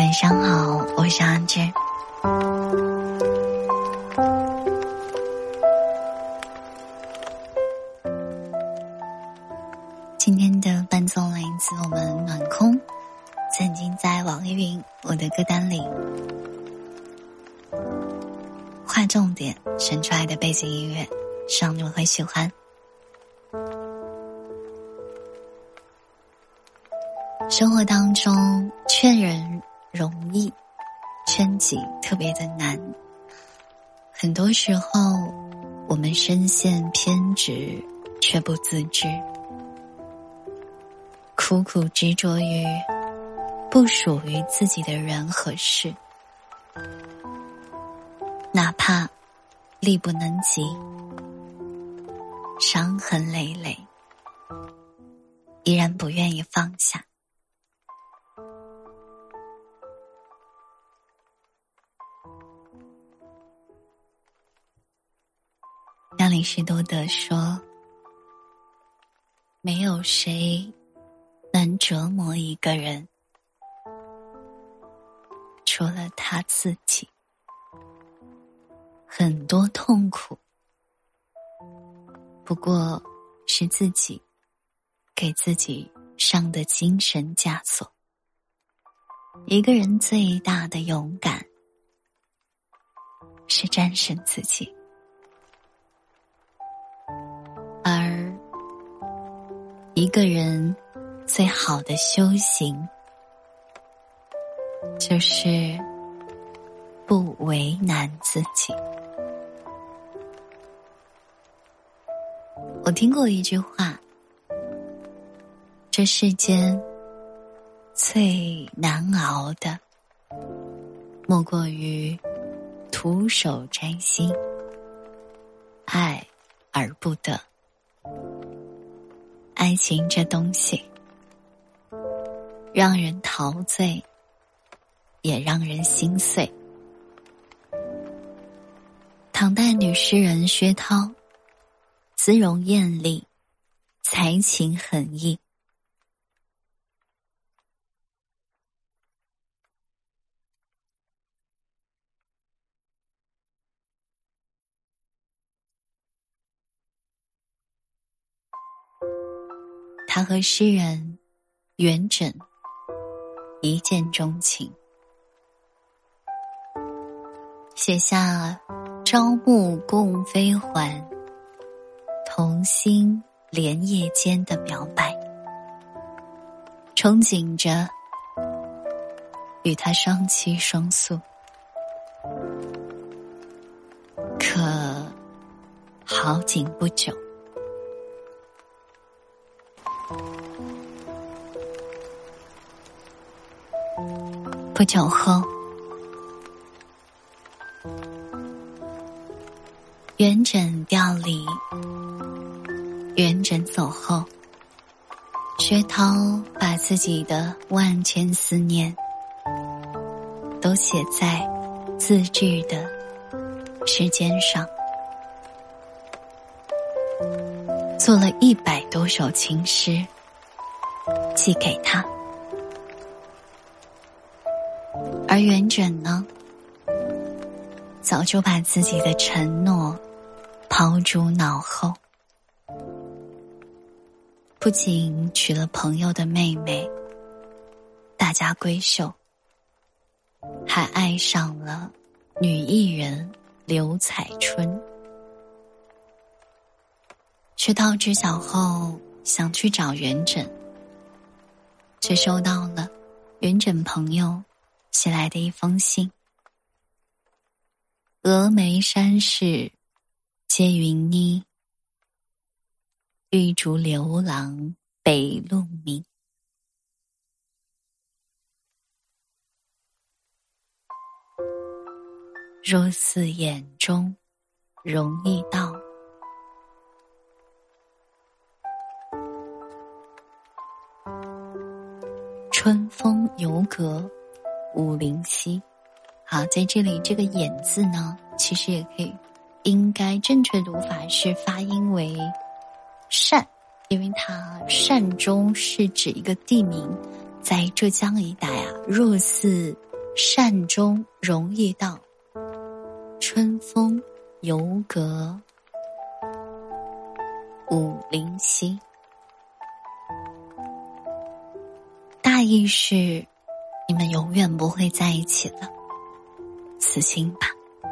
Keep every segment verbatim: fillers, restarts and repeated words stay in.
晚上好，我是安志。今天的伴奏来自我们暖空，曾经在网易云我的歌单里划重点选出来的背景音乐，希望你们会喜欢。生活当中劝人容易，劝己特别的难。很多时候我们深陷偏执却不自知，苦苦执着于不属于自己的人和事，哪怕力不能及，伤痕累累，依然不愿意放下。亚里士多德说，没有谁能折磨一个人，除了他自己。很多痛苦不过是自己给自己上的精神枷锁。一个人最大的勇敢是战胜自己，而一个人最好的修行就是不为难自己。我听过一句话，这世间最难熬的莫过于徒手摘星，爱而不得。爱情这东西让人陶醉，也让人心碎。唐代女诗人薛涛，姿容艳丽，才情横溢。他和诗人元稹一见钟情，写下朝暮共飞还，同心连夜间的表白，憧憬着与他双栖双宿。可好景不久，不久后，元稹调离，元稹走后，薛涛把自己的万千思念都写在自制的时间上，做了一百多首情诗寄给他。而元稹呢，早就把自己的承诺抛诸脑后，不仅娶了朋友的妹妹，大家闺秀，还爱上了女艺人刘彩春。薛涛知晓后想去找元稹，却收到了元稹朋友写来的一封信。峨眉山势皆云霓，玉竹流郎北路明。若似眼中容易到，春风犹隔武陵溪。好，在这里这个眼字呢，其实也可以，应该正确读法是发音为善，因为它善中是指一个地名，在浙江一带啊，若似善终容易到，春风犹隔五陵西。大意是你们永远不会在一起了，死心吧。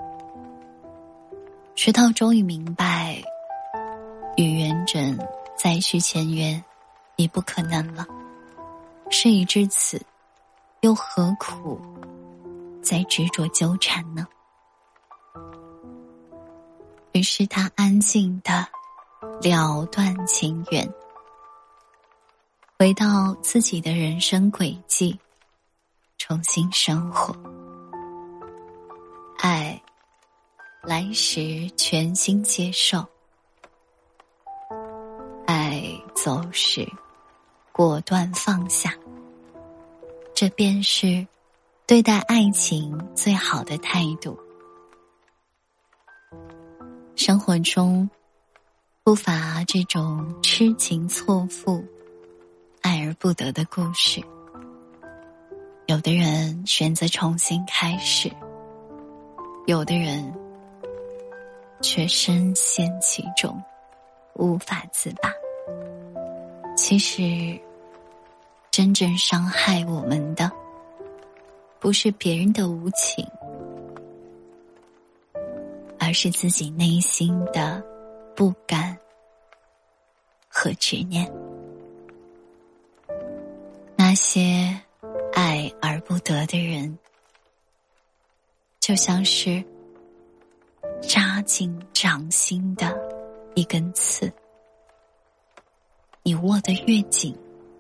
石头终于明白，与元稹再续前缘已不可能了，事已至此，又何苦再执着纠缠呢？于是他安静地了断情缘，回到自己的人生轨迹，重新生活。爱来时全心接受，爱走时果断放下，这便是对待爱情最好的态度。生活中不乏这种痴情错付、爱而不得的故事。有的人选择重新开始，有的人却深陷其中，无法自拔。其实，真正伤害我们的，不是别人的无情，而是自己内心的不甘和执念。那些爱而不得的人，就像是扎进掌心的一根刺，你握得越紧，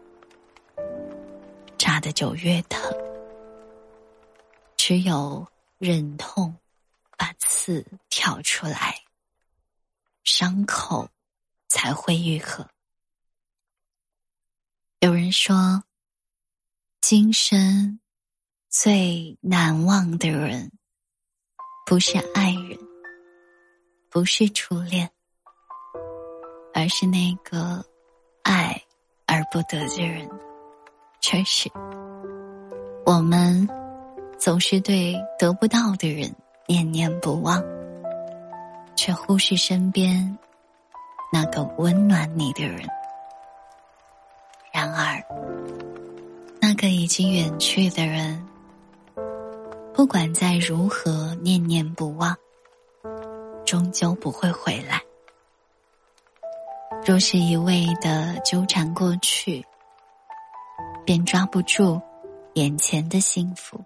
扎得就越疼。只有忍痛把刺挑出来，伤口才会愈合。有人说，今生最难忘的人，不是爱人，不是初恋，而是那个爱而不得的人。确实，我们总是对得不到的人念念不忘，却忽视身边那个温暖你的人。然而，那个已经远去的人，不管再如何念念不忘，终究不会回来。若是一味地纠缠过去，便抓不住眼前的幸福。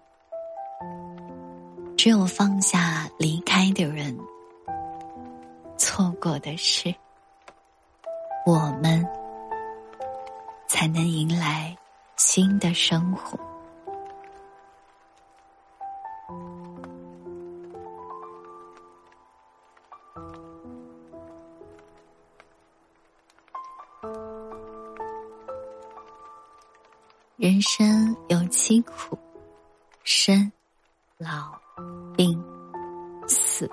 只有放下离开的人，错过的事，我们才能迎来新的生活。人生有七苦：生、老、病、死。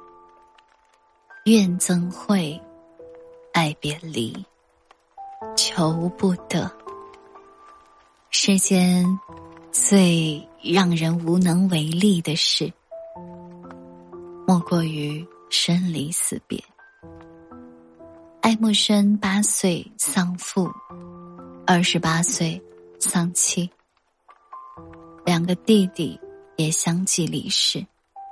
怨憎会，爱别离，求不得。世间最让人无能为力的事，莫过于生离死别。爱默生八岁丧父，二十八岁丧妻，两个弟弟也相继离世。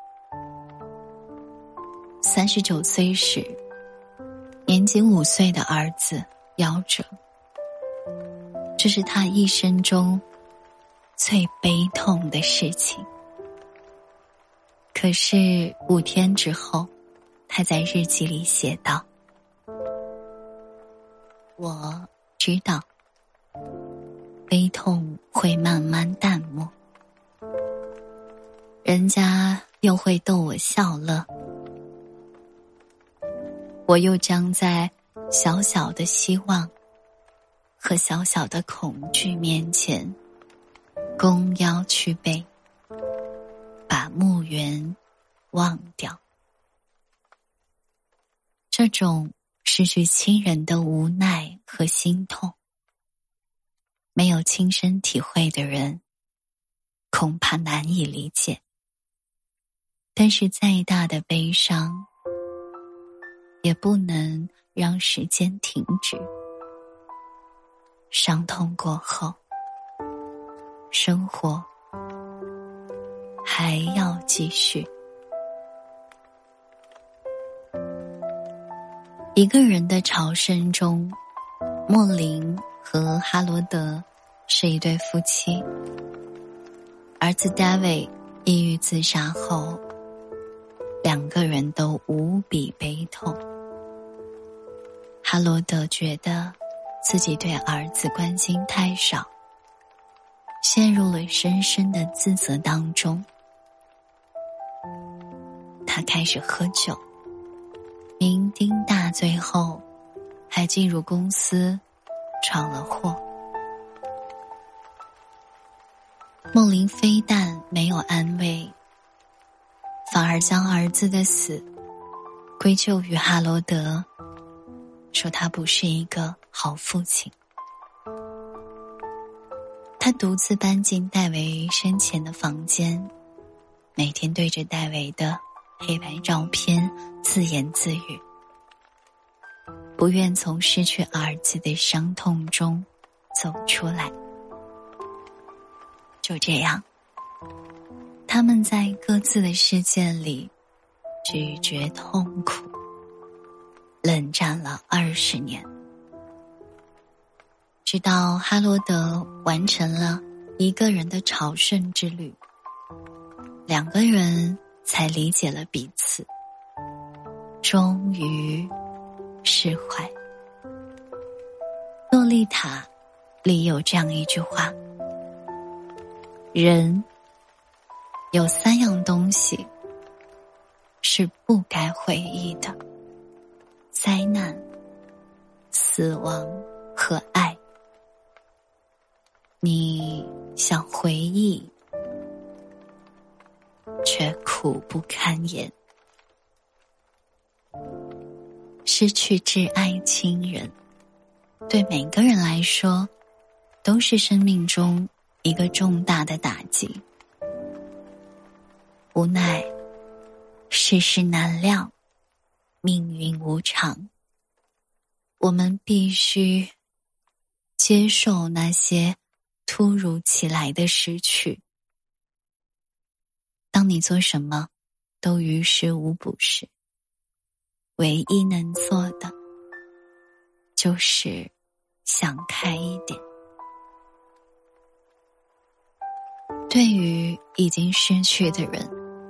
三十九岁时，年仅五岁的儿子夭折。这是他一生中最悲痛的事情。可是五天之后，他在日记里写道：我知道悲痛会慢慢淡漠，人家又会逗我笑乐，我又将在小小的希望和小小的恐惧面前弓腰去背，把墓园忘掉。这种失去亲人的无奈和心痛，没有亲身体会的人恐怕难以理解。但是再大的悲伤，也不能让时间停止。伤痛过后，生活还要继续。一个人的朝圣中，莫林和哈罗德是一对夫妻。儿子 David 抑郁自杀后，两个人都无比悲痛。哈罗德觉得自己对儿子关心太少，陷入了深深的自责当中。他开始喝酒，酩酊大醉后，还进入公司闯了祸。梦玲非但没有安慰，反而将儿子的死归咎于哈罗德，说他不是一个好父亲。他独自搬进戴维生前的房间，每天对着戴维的黑白照片自言自语，不愿从失去儿子的伤痛中走出来。就这样，他们在各自的世界里咀嚼痛苦，冷战了二十年，直到哈罗德完成了一个人的朝圣之旅，两个人才理解了彼此，终于释怀。洛丽塔里有这样一句话：人有三样东西是不该回忆的：灾难、死亡和爱。你想回忆，却苦不堪言。失去挚爱亲人，对每个人来说都是生命中一个重大的打击。无奈世事难料，命运无常，我们必须接受那些突如其来的失去。当你做什么都于事无补时，唯一能做的就是想开一点。对于已经失去的人，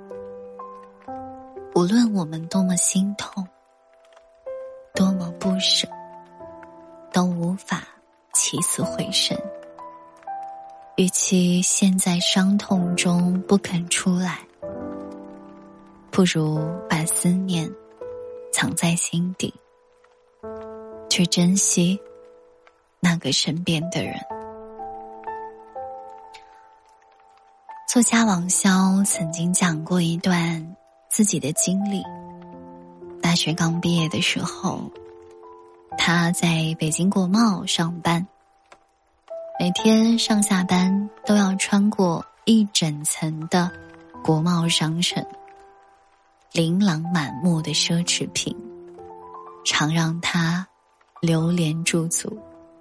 无论我们多么心痛，多么不舍，都无法起死回生。与其陷在伤痛中不肯出来，不如把思念藏在心底，去珍惜那个身边的人。作家王潇曾经讲过一段自己的经历。大学刚毕业的时候，他在北京国贸上班，每天上下班都要穿过一整层的国贸商城，琳琅满目的奢侈品常让他流连驻足。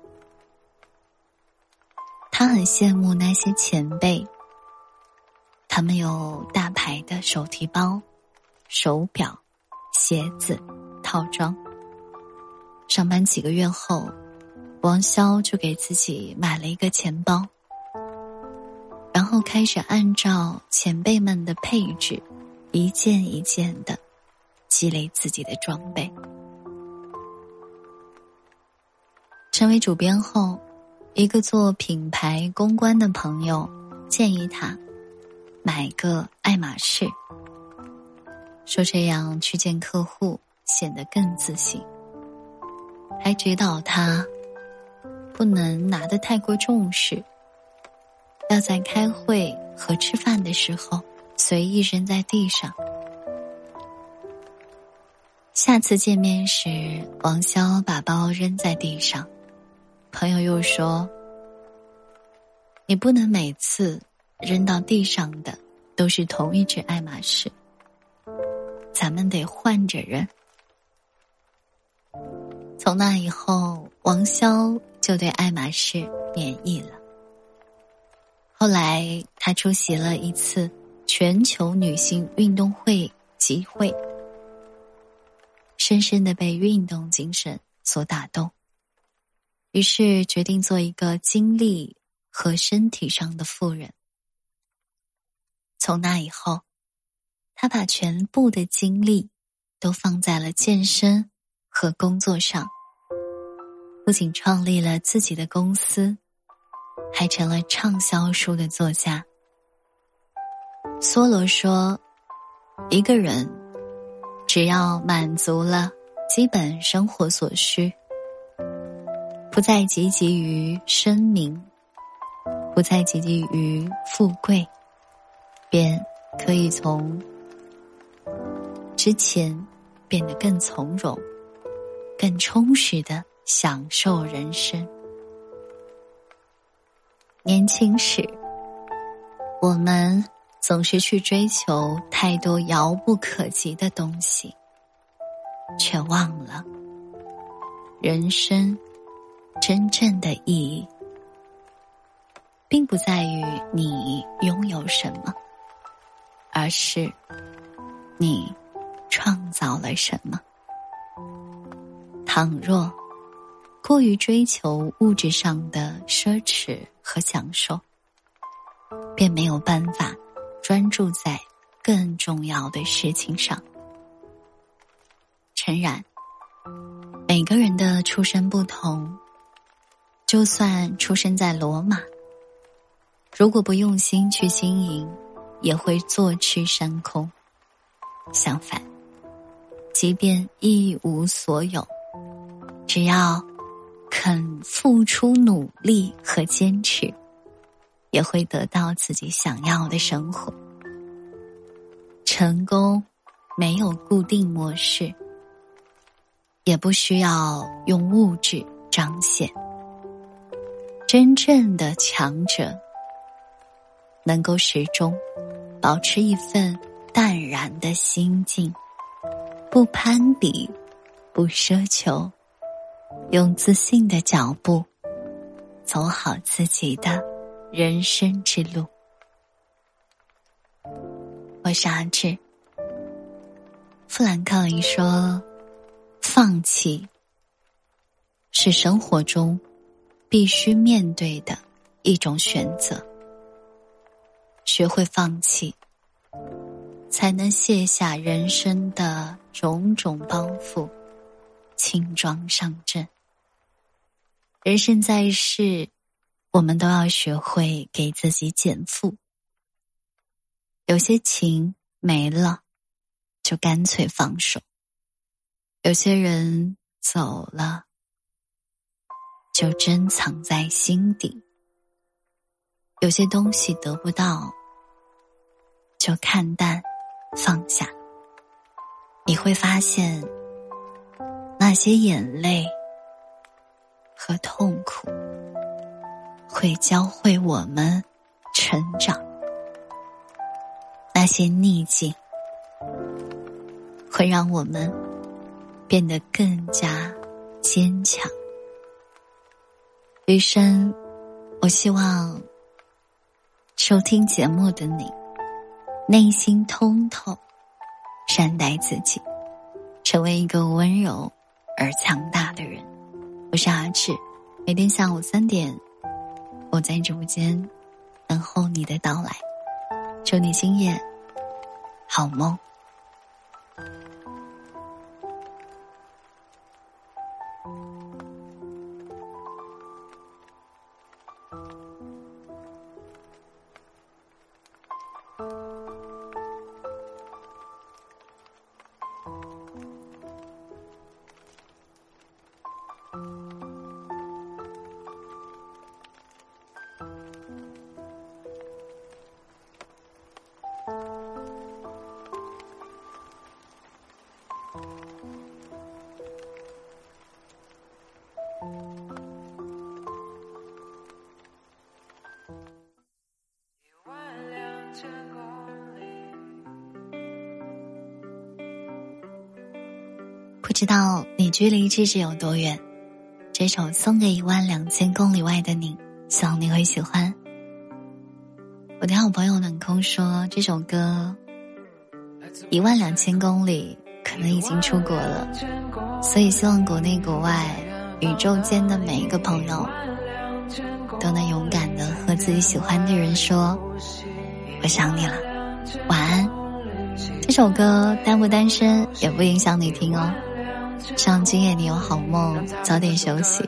他很羡慕那些前辈，他们有大牌的手提包、手表、鞋子、套装。上班几个月后，王潇就给自己买了一个钱包，然后开始按照前辈们的配置，一件一件的积累自己的装备。成为主编后，一个做品牌公关的朋友建议他买个爱马仕，说这样去见客户显得更自信，还指导他不能拿得太过重视，要在开会和吃饭的时候随意扔在地上。下次见面时，王潇把包扔在地上，朋友又说，你不能每次扔到地上的都是同一只爱马仕，咱们得换着扔。从那以后，王潇就对爱马仕免疫了。后来他出席了一次全球女性运动会集会，深深地被运动精神所打动，于是决定做一个精力和身体上的富人。从那以后，他把全部的精力都放在了健身和工作上，不仅创立了自己的公司，还成了畅销书的作家。梭罗说，一个人只要满足了基本生活所需，不再汲汲于声名，不再汲汲于富贵，便可以从之前变得更从容，更充实地享受人生。年轻时，我们总是去追求太多遥不可及的东西，却忘了人生真正的意义并不在于你拥有什么，而是你创造了什么。倘若过于追求物质上的奢侈和享受，便没有办法专注在更重要的事情上。诚然，每个人的出身不同，就算出生在罗马，如果不用心去经营，也会坐吃山空。相反，即便一无所有，只要肯付出努力和坚持，也会得到自己想要的生活。成功没有固定模式，也不需要用物质彰显。真正的强者能够始终保持一份淡然的心境，不攀比，不奢求，用自信的脚步走好自己的人生之路。我是阿志。富兰克林说，放弃是生活中必须面对的一种选择。学会放弃，才能卸下人生的种种包袱，轻装上阵。人生在世，我们都要学会给自己减负。有些情没了，就干脆放手；有些人走了，就珍藏在心底；有些东西得不到，就看淡放下。你会发现，那些眼泪和痛苦会教会我们成长，那些逆境会让我们变得更加坚强。余生，我希望收听节目的你内心通透，善待自己，成为一个温柔而强大的人。我是阿志，每天下午三点，我在直播间等候你的到来。祝你今夜好梦。 知道你距离咫尺有多远，这首送给一万两千公里外的你，希望你会喜欢。我的好朋友冷空说，这首歌一万两千公里可能已经出国了，所以希望国内国外宇宙间的每一个朋友都能勇敢的和自己喜欢的人说我想你了，晚安。这首歌单不单身也不影响你听哦，上今夜你有好梦，早点休息。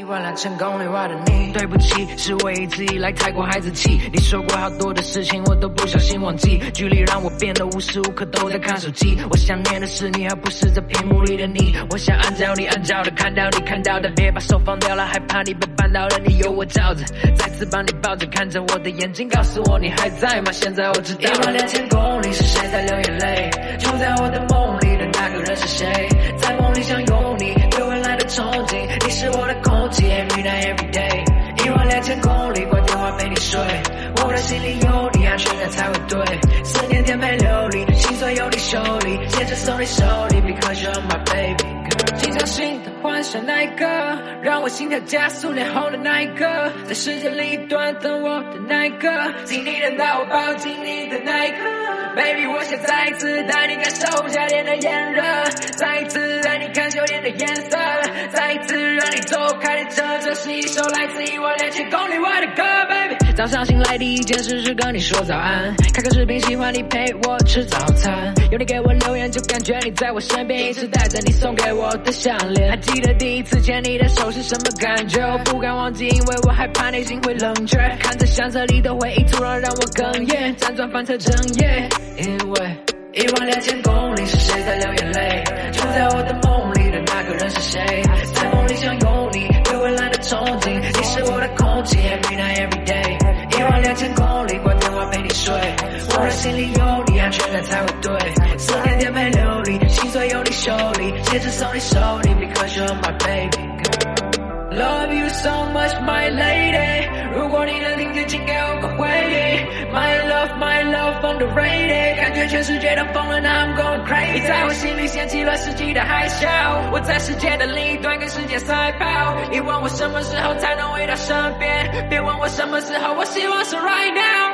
对不起，是我一直以来太过孩子气，你说过好多的事情我都不小心忘记，距离让我变得无时无刻都在看手机，我想念的是你而不是这屏幕里的你，我想按照你按照的，看到你看到的，别把手放掉了，害怕你被绊倒了，你有我罩着，再次把你抱着，看着我的眼睛告诉我你还在吗？现在我知道一万两千公里是谁在流眼泪，就在我的梦里的那个人是谁，在梦里想有你对未来的憧憬，你是我的空气 every night every day， 一万两千公里挂电话陪你睡，我的心里有你安全感才会对，思念颠沛流离，心酸有你修理，戒指送你手里 because you're my baby girl， 经常性的幻想那一个让我心跳加速脸红的那一个，在时间里短等我的那一个，紧你的那我抱紧你的那一刻 Baby 我想再一次带你感受夏天的炎热，再一次带你看秋天的颜色，再一次让你走开的车，这是一首来自一万两千公里外的歌 Baby 早上醒来第一件事是跟你说早安，开个视频喜欢你陪我吃早餐，有你给我留言就感觉你在我身边，一直带着你送给我的项链，还记得第一次牵你的手是什么感觉，我不敢忘记因为我害怕内心会冷却，看着相册里的回忆突然让我哽咽，辗转反侧整夜，因为一万两千公里是谁在流眼泪，就在我的梦里的那个人是谁，在梦里想有你对未来的憧憬，你是我的空气 every night every day， 一万两千公里挂电话陪你睡，我的心里有你安全感才会对，思念颠沛流离，心碎有你修理，戒指送你手里 because you're my baby girl，Love you so much my lady， 如果你能听见请给我个回应， My love my love underrated， 感觉全世界都疯了 Now I'm going crazy， 你在我心里掀起了世纪的海啸，我在世界的另一端跟世界赛跑，你问我什么时候才能回到身边，别问我什么时候，我希望是 right now